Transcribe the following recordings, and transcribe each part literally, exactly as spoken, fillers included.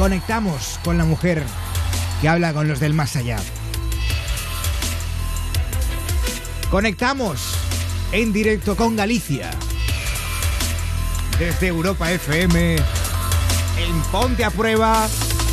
Conectamos con la mujer que habla con los del más allá. Conectamos en directo con Galicia. Desde Europa F M, en Ponte a Prueba,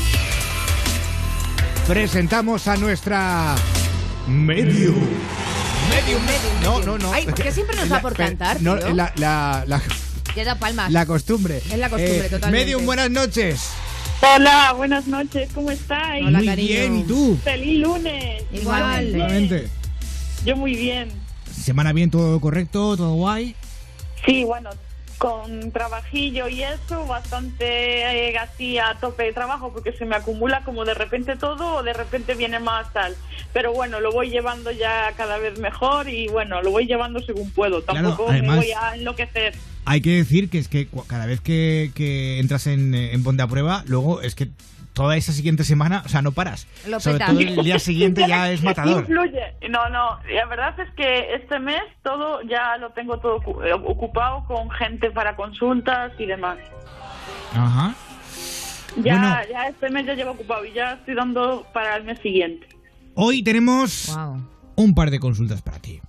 presentamos a nuestra Medium. Medium, medium. No, no, no. Ay, ¿por qué siempre nos da por cantar, no, tío? la, la, la, Ya da palmas. la costumbre. Es la costumbre, Eh, totalmente. Medium, buenas noches. Hola, buenas noches, ¿cómo estáis? Hola, Muy cariño. bien, ¿y tú? Feliz lunes. Igual. Igualmente. Yo muy bien. ¿Semana bien, todo correcto, todo guay? Sí, bueno, con trabajillo y eso, bastante eh, así a tope de trabajo porque se me acumula como de repente todo o de repente viene más tal. Pero bueno, lo voy llevando ya cada vez mejor y bueno, lo voy llevando según puedo. Tampoco Claro, además, me voy a enloquecer. Hay que decir que es que cu- cada vez que, que entras en, en Ponte a Prueba, luego es que toda esa siguiente semana, o sea, no paras. Lo Sobre petas. todo el día siguiente ya es matador. Influye. No, no, la verdad es que este mes todo ya lo tengo todo ocu- eh, ocupado con gente para consultas y demás. Ajá. Ya, Bueno. ya este mes ya llevo ocupado y ya estoy dando para el mes siguiente. Hoy tenemos Wow. un par de consultas para ti.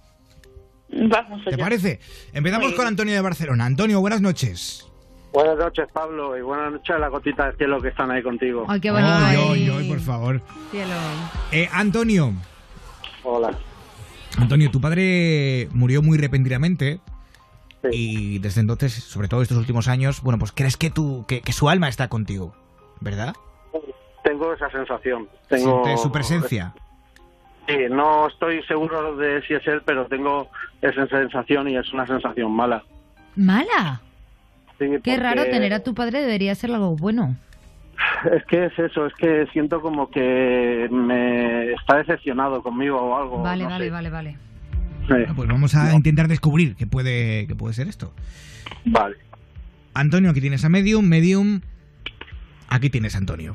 Vamos allá. ¿Te parece? Empezamos Muy con bien. Antonio de Barcelona. Antonio, buenas noches. Buenas noches, Pablo, y buenas noches a la gotita de cielo que están ahí contigo. Ay, qué bonito. Ay, ahí. ay, ay, por favor. Cielo. Eh, Antonio, Hola. Antonio, tu padre murió muy repentinamente Sí. y desde entonces, sobre todo estos últimos años, bueno, pues crees que, tu, que, que su alma está contigo, ¿verdad? Tengo esa sensación. Tengo Siente su presencia. Sí, no estoy seguro de si es él, pero tengo esa sensación y es una sensación mala. ¿Mala? Sí, Qué porque raro, tener a tu padre debería ser algo bueno. Es que es eso, es que siento como que me está decepcionado conmigo o algo. Vale, no vale, sé. vale, vale. Sí. Bueno, pues vamos a intentar descubrir qué puede, qué puede ser esto. Vale. Antonio, aquí tienes a Medium. Medium, aquí tienes a Antonio.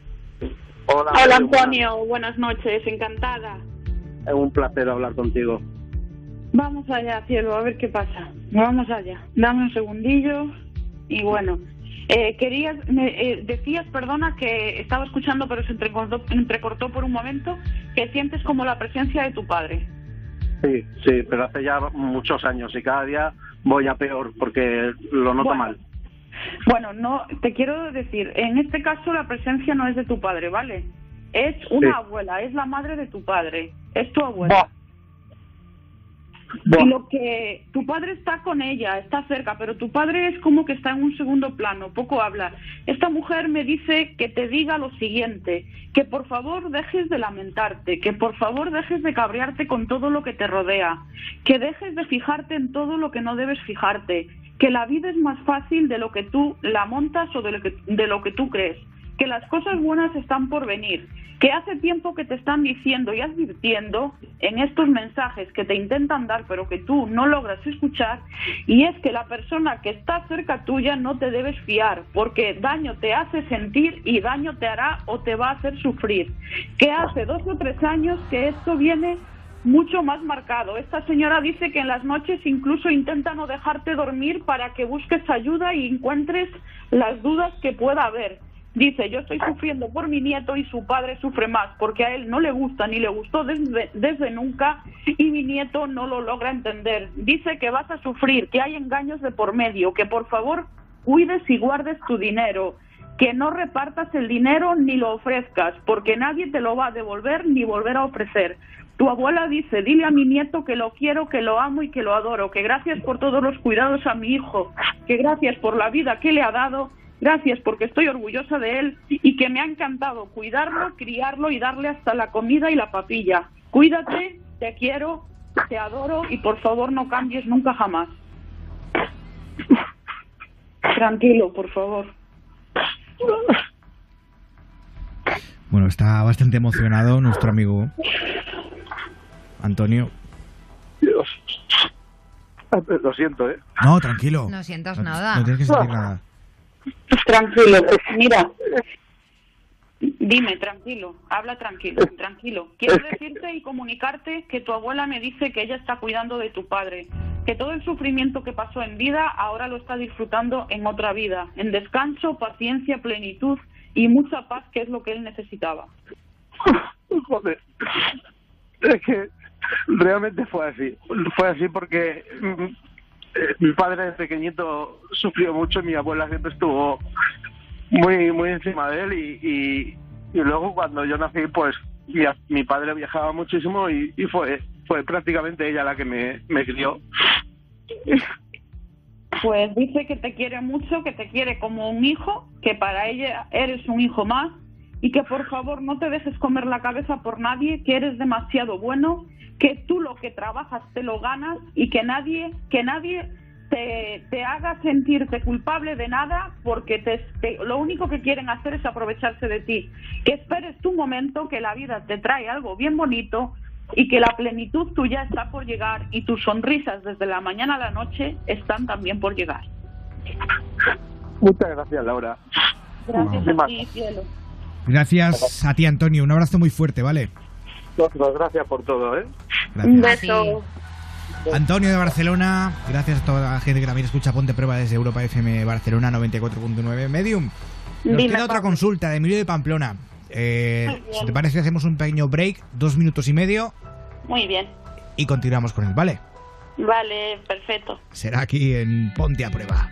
Hola, Hola Mario, Antonio, buenas noches, encantada. buenas- Es un placer hablar contigo. Vamos allá, cielo, a ver qué pasa. Vamos allá. Dame un segundillo y bueno. Eh, querías, me, eh, decías, perdona, que estaba escuchando pero se entrecortó, entrecortó por un momento, que sientes como la presencia de tu padre. Sí, sí, pero hace ya muchos años y cada día voy a peor porque lo noto Bueno. mal. Bueno, no, te quiero decir, en este caso la presencia no es de tu padre, ¿vale? Es una Sí. abuela, es la madre de tu padre, es tu abuela. Buah. Y lo que tu padre está con ella, está cerca, pero tu padre es como que está en un segundo plano, poco habla. Esta mujer me dice que te diga lo siguiente, que por favor dejes de lamentarte, que por favor dejes de cabrearte con todo lo que te rodea, que dejes de fijarte en todo lo que no debes fijarte, que la vida es más fácil de lo que tú la montas o de lo que, de lo que tú crees, que las cosas buenas están por venir, que hace tiempo que te están diciendo y advirtiendo en estos mensajes que te intentan dar pero que tú no logras escuchar, y es que la persona que está cerca tuya no te debes fiar porque daño te hace sentir y daño te hará o te va a hacer sufrir, que hace dos o tres años que esto viene mucho más marcado. Esta señora dice que en las noches incluso intenta no dejarte dormir para que busques ayuda y encuentres las dudas que pueda haber. Dice, yo estoy sufriendo por mi nieto y su padre sufre más porque a él no le gusta ni le gustó desde, desde nunca y mi nieto no lo logra entender. Dice que vas a sufrir, que hay engaños de por medio, que por favor cuides y guardes tu dinero, que no repartas el dinero ni lo ofrezcas porque nadie te lo va a devolver ni volver a ofrecer. Tu abuela dice, dile a mi nieto que lo quiero, que lo amo y que lo adoro, que gracias por todos los cuidados a mi hijo, que gracias por la vida que le ha dado. Gracias porque estoy orgullosa de él y que me ha encantado cuidarlo, criarlo y darle hasta la comida y la papilla. Cuídate, te quiero, te adoro y por favor no cambies nunca jamás. Tranquilo, por favor. Bueno, está bastante emocionado nuestro amigo Antonio. Dios. Lo siento, ¿eh? No, tranquilo. No sientas No- nada. No tienes que sentir nada. Tranquilo, mira. Dime, tranquilo, habla tranquilo, tranquilo. Quiero decirte y comunicarte que tu abuela me dice que ella está cuidando de tu padre, que todo el sufrimiento que pasó en vida ahora lo está disfrutando en otra vida, en descanso, paciencia, plenitud y mucha paz, que es lo que él necesitaba. Joder, es que realmente fue así. Fue así porque mm, eh, mi padre de pequeñito sufrió mucho y mi abuela siempre estuvo muy muy encima de él y, y, y luego cuando yo nací, pues mi, mi padre viajaba muchísimo y, y fue fue prácticamente ella la que me, me crió. Pues dice que te quiere mucho, que te quiere como un hijo, que para ella eres un hijo más y que por favor no te dejes comer la cabeza por nadie, que eres demasiado bueno, que tú lo que trabajas te lo ganas y que nadie, que nadie te, te haga sentirte culpable de nada, porque te, te, lo único que quieren hacer es aprovecharse de ti. Que esperes tu momento, que la vida te trae algo bien bonito y que la plenitud tuya está por llegar y tus sonrisas desde la mañana a la noche están también por llegar. Muchas gracias, Laura. Gracias Wow. a ti, cielo. Gracias a ti, Antonio. Un abrazo muy fuerte, ¿vale? Vosotros, gracias por todo, ¿eh? Un Gracias. beso. Antonio de Barcelona, gracias a toda la gente que también escucha Ponte Prueba desde Europa F M Barcelona noventa y cuatro punto nueve. Medium, nos Dime, queda otra Pablo. consulta de Emilio de Pamplona. Eh, Muy bien. si te parece, hacemos un pequeño break, dos minutos y medio, Muy bien. y continuamos con él, ¿vale? Vale, perfecto. Será aquí en Ponte a Prueba.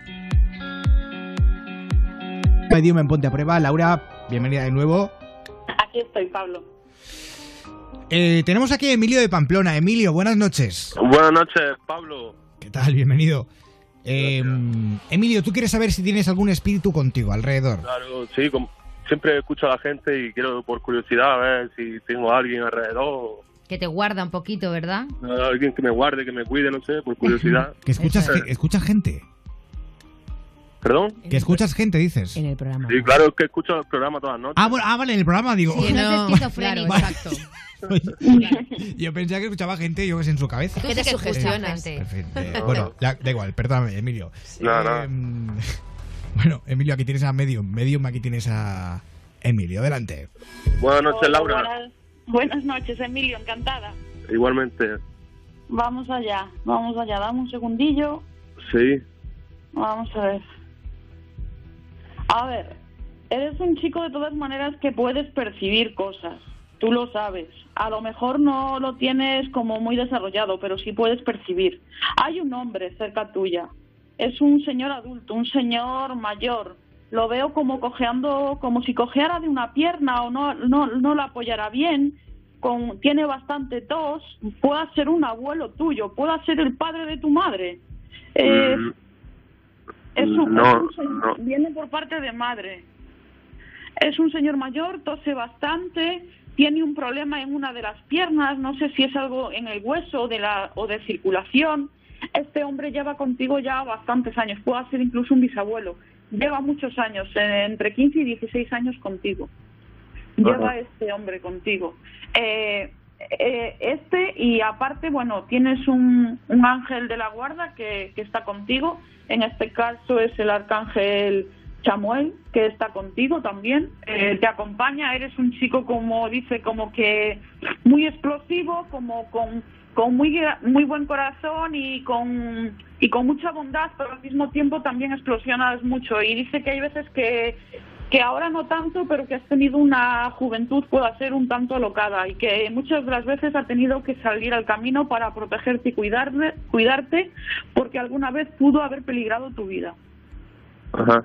Medium en Ponte a Prueba. Laura, bienvenida de nuevo. Aquí estoy, Pablo. Eh, tenemos aquí a Emilio de Pamplona. Emilio, buenas noches. Buenas noches, Pablo. ¿Qué tal? Bienvenido. Eh, Emilio, ¿tú quieres saber si tienes algún espíritu contigo alrededor? Claro, sí, com- siempre escucho a la gente y quiero por curiosidad a ver si tengo a alguien alrededor, Que te guarda un poquito, ¿verdad? a alguien que me guarde, que me cuide, no sé, por curiosidad. Que escuchas, Eso es. que escuchas gente. ¿Perdón? Que escuchas gente, dices. En el programa. Sí, claro, es que escucho el programa todas las noches. Ah, bueno, ah, vale, en el programa digo. Sí, no, no es esquizofrénico. claro, Exacto. Yo pensaba que escuchaba gente, yo que sé, en su cabeza. Tú Que sí te que sugestionas. escuchas. Perfecto. Eh, bueno, ya, da igual, perdóname, Emilio. No, no. Eh, bueno, Emilio, aquí tienes a Medium. Medium, aquí tienes a Emilio. Adelante. Buenas noches, Hola, Laura. Buenas, buenas noches, Emilio, encantada. Igualmente. Vamos allá, vamos allá, dame un segundillo. Sí. Vamos a ver. A ver, eres un chico de todas maneras que puedes percibir cosas. Tú lo sabes. A lo mejor no lo tienes como muy desarrollado, pero sí puedes percibir. Hay un hombre cerca tuya. Es un señor adulto, un señor mayor. Lo veo como cojeando, como si cojeara de una pierna o no, no, no la apoyara bien. Con, tiene bastante tos. Pueda ser un abuelo tuyo, pueda ser el padre de tu madre. Eh, Mm, es un, no, es un señor- no. Viene por parte de madre. Es un señor mayor, tose bastante, tiene un problema en una de las piernas, no sé si es algo en el hueso de la, o de circulación. Este hombre lleva contigo ya bastantes años, puede ser incluso un bisabuelo. Lleva muchos años, eh, entre quince y dieciséis años contigo. Lleva Ajá. este hombre contigo. Eh, eh, este, y aparte, bueno, tienes un, un ángel de la guarda que, que está contigo. En este caso es el arcángel Chamuel, que está contigo también. Eh, te acompaña, eres un chico, como dice, como que muy explosivo, como con, con muy, muy buen corazón y con, y con mucha bondad, pero al mismo tiempo también explosionas mucho. Y dice que hay veces que que ahora no tanto, pero que has tenido una juventud, pueda ser un tanto alocada, y que muchas de las veces ha tenido que salir al camino para protegerte y cuidarle, cuidarte, porque alguna vez pudo haber peligrado tu vida. Ajá.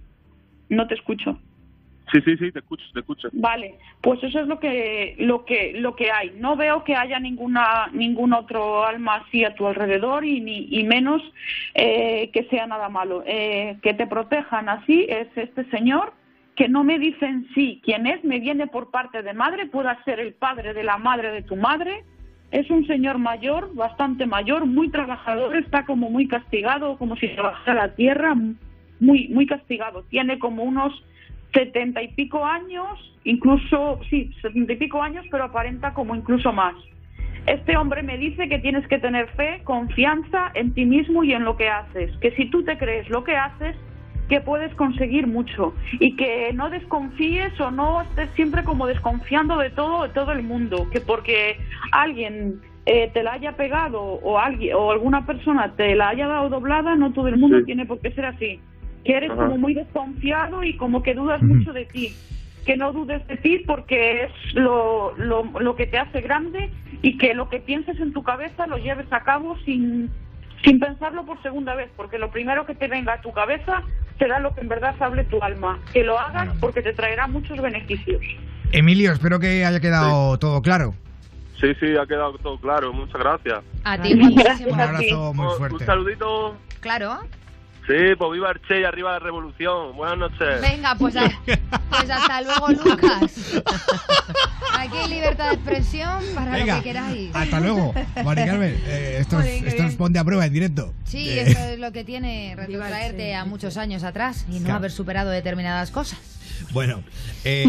No te escucho. Sí, sí, sí, te escucho, te escucho. Vale, pues eso es lo que lo que lo que hay. No veo que haya ninguna ningún otro alma así a tu alrededor y ni y menos eh, que sea nada malo. Eh, que te protejan así es este señor, que no me dicen sí quién es, me viene por parte de madre, pueda ser el padre de la madre de tu madre. Es un señor mayor, bastante mayor, muy trabajador, está como muy castigado, como si trabajara la tierra, muy muy castigado. Tiene como unos setenta y pico años, incluso, sí, setenta y pico años, pero aparenta como incluso más. Este hombre me dice que tienes que tener fe, confianza en ti mismo y en lo que haces, que si tú te crees lo que haces, que puedes conseguir mucho, y que no desconfíes o no estés siempre como desconfiando de todo, de todo el mundo, que porque alguien eh, te la haya pegado o alguien o alguna persona te la haya dado doblada, no todo el mundo Sí. tiene por qué ser así. que eres Ajá. como muy desconfiado y como que dudas Ujú. mucho de ti. Que no dudes de ti porque es lo, lo, lo que te hace grande y que lo que pienses en tu cabeza lo lleves a cabo sin, sin pensarlo por segunda vez, porque lo primero que te venga a tu cabeza será lo que en verdad hable tu alma. Que lo hagas Bueno. porque te traerá muchos beneficios. Emilio, espero que haya quedado todo claro. Sí, sí, ha quedado todo claro. Muchas gracias. A ti, Un guapísimo. abrazo muy Oh, fuerte. un saludito. Claro. Sí, pues viva el Che y arriba la revolución. Buenas noches. Venga, pues, a- pues hasta luego, Lucas. Aquí hay libertad de expresión para Venga, lo que queráis. hasta luego. Mari Carmen, eh, esto, es, Joder, qué esto es bien. Ponte a Prueba en directo. Sí, Eh, eso es lo que tiene retrotraerte Viva el a Che. muchos años atrás y no Claro. haber superado determinadas cosas. Bueno, eh,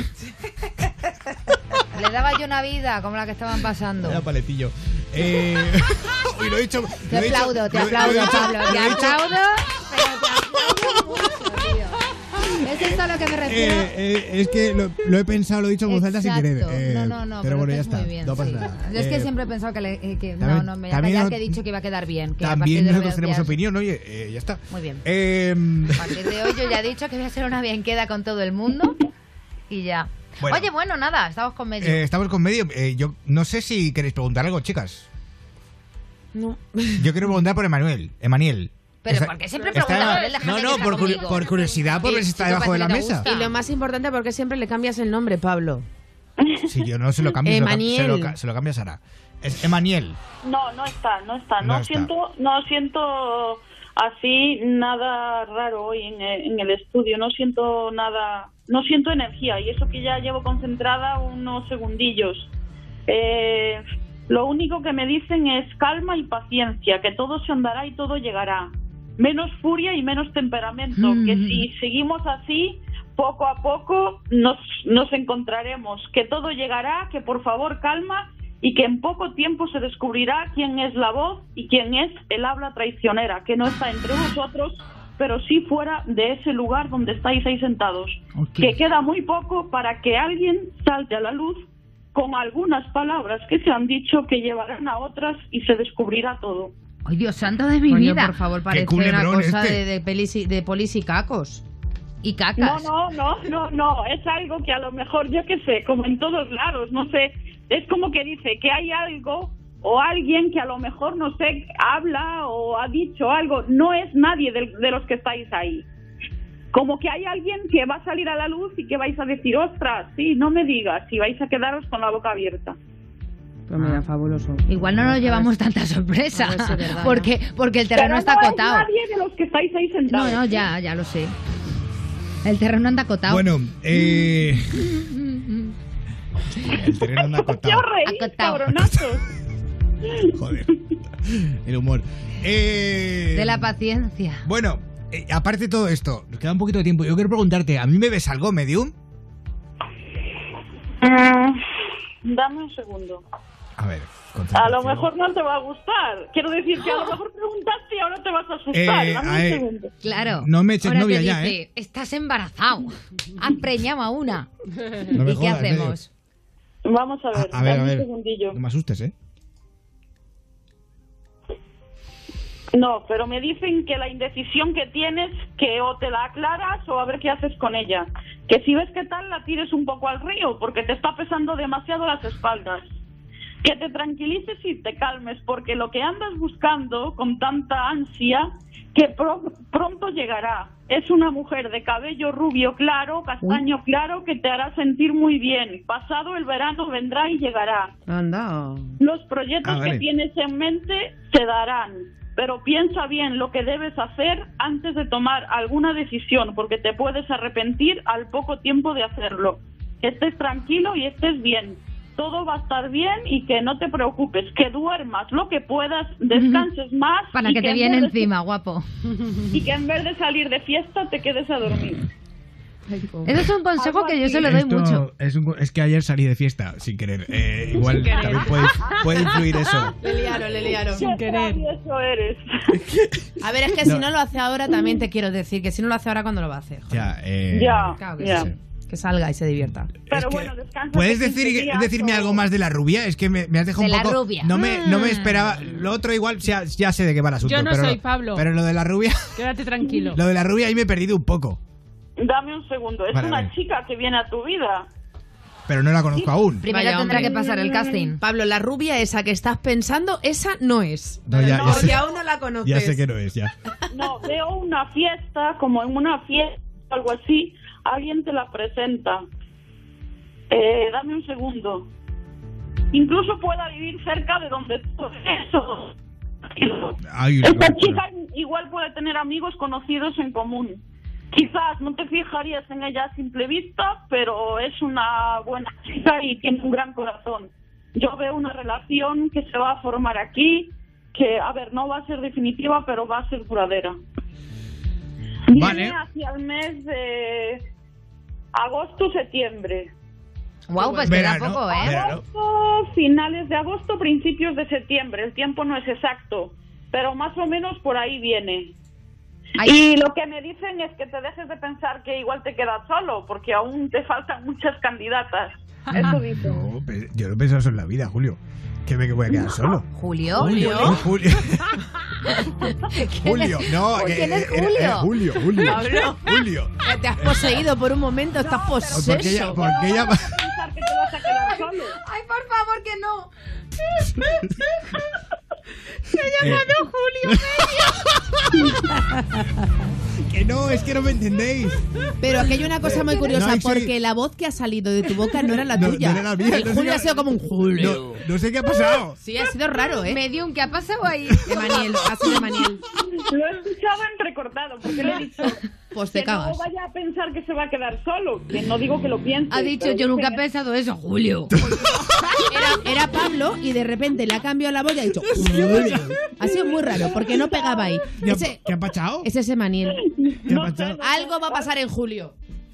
Le daba yo una vida como la que estaban pasando. era paletillo. Eh, uy, lo he dicho. Te lo he dicho- aplaudo, te lo he- lo he aplaudo, dicho- Pablo. lo Te he dicho- aplaudo, pero te aplaudo mucho, tío. Es esto a lo que me refiero. Eh, eh, es que lo, lo he pensado, lo he dicho en voz alta sin querer. Exacto. eh, no, no, no, pero bueno, ya estás está. muy bien, no pasa sí. nada. Yo es que Eh, siempre he pensado que, le- eh, que no, también- no, me voy a también callar, no- que he dicho que iba a quedar bien. Que a También partir de nosotros los tenemos días- opinión, oye, eh, ya está. Muy bien. Eh, A partir de hoy yo ya he dicho que voy a hacer una bien queda con todo el mundo y ya. Bueno. Oye, bueno, nada, estamos con medio. eh, estamos con medio. Eh, yo no sé si queréis preguntar algo, chicas. No. Yo quiero preguntar por Emanuel. Emanuel. Pero Está- ¿por qué siempre está- preguntas por él? Déjame No, que no, está por, curi- conmigo. por curiosidad, por ver si está Sí, debajo de la parece que te mesa. gusta. Y lo más importante, ¿por qué siempre le cambias el nombre, Pablo? Si yo no se lo cambio, se lo, cam- Emaniel. se lo, ca- se lo cambia Sara. Es Emaniel. No, no está, no está. No No, está. siento, no siento así nada raro hoy en, e- en el estudio. No siento nada, no siento energía y eso que ya llevo concentrada unos segundillos. Eh, lo único que me dicen es calma y paciencia, que todo se andará y todo llegará. Menos furia y menos temperamento, Mm. que si seguimos así, poco a poco nos, nos encontraremos, que todo llegará, que por favor calma y que en poco tiempo se descubrirá quién es la voz y quién es el habla traicionera, que no está entre vosotros, pero sí fuera de ese lugar donde estáis ahí sentados. Ok. Que queda muy poco para que alguien salte a la luz con algunas palabras que se han dicho que llevarán a otras y se descubrirá todo. Ay, Dios santo de mi Coño, vida. por favor, parece culebrón una cosa este. de, de, pelis y- de polis y cacos. Y No, cacas. no, no, no, no, es algo que a lo mejor, yo qué sé, como en todos lados, no sé, es como que dice que hay algo o alguien que a lo mejor, no sé, habla o ha dicho algo, no es nadie de, de los que estáis ahí. Como que hay alguien que va a salir a la luz y que vais a decir, ostras, sí, no me digas, y vais a quedaros con la boca abierta. Pues mira, fabuloso. Igual no nos llevamos tanta sorpresa. A ver si es verdad, porque, porque el terreno Pero está no acotado. es nadie de los que estáis ahí No, sentados. no, ya, ya lo sé. El terreno anda acotado. Bueno, eh. El terreno anda ¿Qué acotado. os reís, Acotado. cabronazos? Joder. El humor. Eh, De la paciencia. Bueno, eh, aparte de todo esto, nos queda un poquito de tiempo. Yo quiero preguntarte, ¿a mí me ves algo, Medium? Mm, dame un segundo. A ver, A concentración. lo mejor no te va a gustar. Quiero decir que a lo mejor preguntaste y ahora te vas a asustar. Eh, Dame a un ver. segundo. Claro. No me eches Ahora novia te ya, dice, ¿eh? estás embarazado. Has preñado a una. No me ¿Y qué jodas, Medio. hacemos? Vamos a ver, A, a ver, dame a un ver. segundillo. No me asustes, ¿eh? No, pero me dicen que la indecisión que tienes, que o te la aclaras o a ver qué haces con ella. Que si ves que tal, la tires un poco al río, porque te está pesando demasiado las espaldas. Que te tranquilices y te calmes, porque lo que andas buscando con tanta ansia, que pro- pronto llegará. Es una mujer de cabello rubio claro, castaño claro, que te hará sentir muy bien. Pasado el verano vendrá y llegará. Anda. Los proyectos Ah, vale. que tienes en mente se darán, pero piensa bien lo que debes hacer antes de tomar alguna decisión, porque te puedes arrepentir al poco tiempo de hacerlo. Que estés tranquilo y estés bien. Todo va a estar bien y que no te preocupes, que duermas lo que puedas, descanses más Para y que te en viene vez de- encima, guapo. y que en vez de salir de fiesta te quedes a dormir. Ese es un consejo Algo que yo así. se lo doy Esto mucho. Es, un- es que ayer salí de fiesta sin querer. Eh, igual querer. también puede, puede influir eso. Le liaron, le liaron. Qué travieso eres. A ver, es que No. si no lo hace ahora, también te quiero decir que si no lo hace ahora, ¿cuándo lo va a hacer? Joder. Ya, eh, Ya, Claro que ya. sí. Que salga y se divierta. Pero Es que, bueno, descansa. ¿puedes quince decir, días decirme o- algo más de la rubia? Es que me, me has dejado De un la poco... rubia. No me, no me Mm. esperaba... Lo otro igual, ya, ya sé de qué va el asunto. Yo no pero soy lo- Pablo. Pero lo de la rubia... Quédate tranquilo. Lo de la rubia ahí me he perdido un poco. Dame un segundo. Es Vale, una vale. chica que viene a tu vida. Pero no la conozco aún. Primero Vaya, tendrá hombre. que pasar el casting. Pablo, la rubia esa que estás pensando, esa no es. No, ya, ya no, sé, Porque aún no la conoces. ya sé que no es, ya. No, veo una fiesta, como en una fiesta, algo así. Alguien te la presenta. Eh, dame un segundo. Incluso pueda vivir cerca de donde tú eso. Ay, Esta no, chica igual puede tener amigos conocidos en común. Quizás no te fijarías en ella a simple vista, pero es una buena chica y tiene un gran corazón. Yo veo una relación que se va a formar aquí, que, a ver, no va a ser definitiva, pero va a ser duradera. Vale. Viene hacia el mes de agosto-septiembre. Wow, pues queda Verano, poco, ¿eh? verano. Agosto, finales de agosto, principios de septiembre. El tiempo no es exacto, pero más o menos por ahí viene. Ay. Y lo que me dicen es que te dejes de pensar que igual te quedas solo, porque aún te faltan muchas candidatas. Eso dicen. No, pe- yo no he pensado eso en la vida, Julio. Que me que voy a quedar solo. ¿Julio? Julio. Julio. Julio. No, ¿Quién que- es era- Julio? era Julio, Julio. Pablo. Julio. Que te has poseído por un momento, estás Porque ella, poseso. porque ella... Pensar que te vas a quedar solo. Ay, por favor, que no. Que no, es que no me entendéis. Pero aquí hay una cosa muy curiosa, No, es que- porque la voz que ha salido de tu boca no era la No, tuya. no era la mía, El no sé Julio qué- ha sido como un Julio. No, no sé qué ha pasado. Sí, ha sido raro, ¿eh? Medium, ¿qué ha pasado ahí? Emaniel, ha sido Emaniel. Lo he escuchado entrecortado, porque le he dicho Pues te que no cagas. vaya a pensar que se va a quedar solo, que no digo que lo piense. Ha dicho, pero yo nunca he dicen- pensado eso, Julio. Era, era Pablo y de repente le ha cambiado la voz y ha dicho Julio. Ha sido muy raro, porque no pegaba ahí. ¿Qué ha- Ese, ¿Qué ha pasado? ese es Emaniel. ¿Qué ha No sé, pasado? no sé. Algo va a pasar en julio.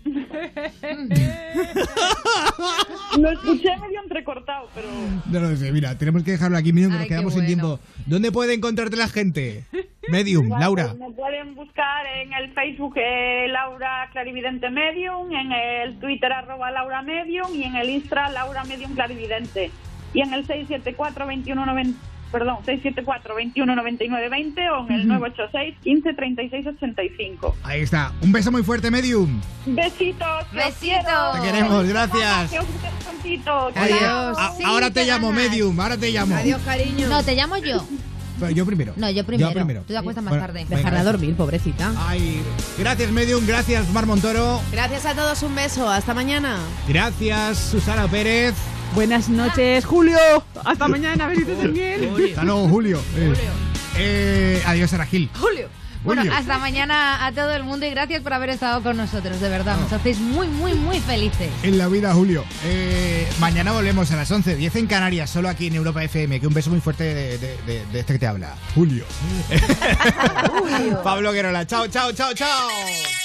Lo escuché medio entrecortado, pero... No lo sé, mira, tenemos que dejarlo aquí, Medium, que Ay, nos qué quedamos sin bueno. tiempo. ¿Dónde puede encontrarte la gente? Medium, Laura. Pues me pueden buscar en el Facebook eh, Laura Clarividente Medium, en el Twitter arroba Laura Medium y en el Insta Laura Medium Clarividente. Y en el seis siete cuatro, veintiuno noventa, perdón, seis siete cuatro, veintiuno noventa y nueve veinte o en el nueve ocho seis, quince treinta y seis ochenta y cinco. Ahí está. Un beso muy fuerte, Medium. Besitos. que os Besitos. quiero. Te queremos, gracias. Que os guste el tontito. Adiós. Chao. A- Sí, ahora te te llamo, ganas. Medium, ahora te llamo. Adiós, cariño. No, te llamo yo. Pero yo primero. No, yo primero. Yo primero. Tú te acuestas más Bueno, tarde. venga, Dejarla eso. dormir, pobrecita. Ay, gracias, Medium. Gracias, Mar Montoro. Gracias a todos, un beso. Hasta mañana. Gracias, Susana Pérez. Buenas noches, Julio. Hasta mañana, besitos en miel. Hasta luego, Julio. Eh, eh, adiós, Sara Gil. Julio. Bueno, Julio. hasta mañana a todo el mundo y gracias por haber estado con nosotros, de verdad. Nos hacéis muy, muy, muy felices. En la vida, Julio. Eh, mañana volvemos a las once diez en Canarias, solo aquí en Europa F M. Que un beso muy fuerte de, de- de- de este que te habla, Julio. Pablo Guerola. Chao, chao, chao, chao.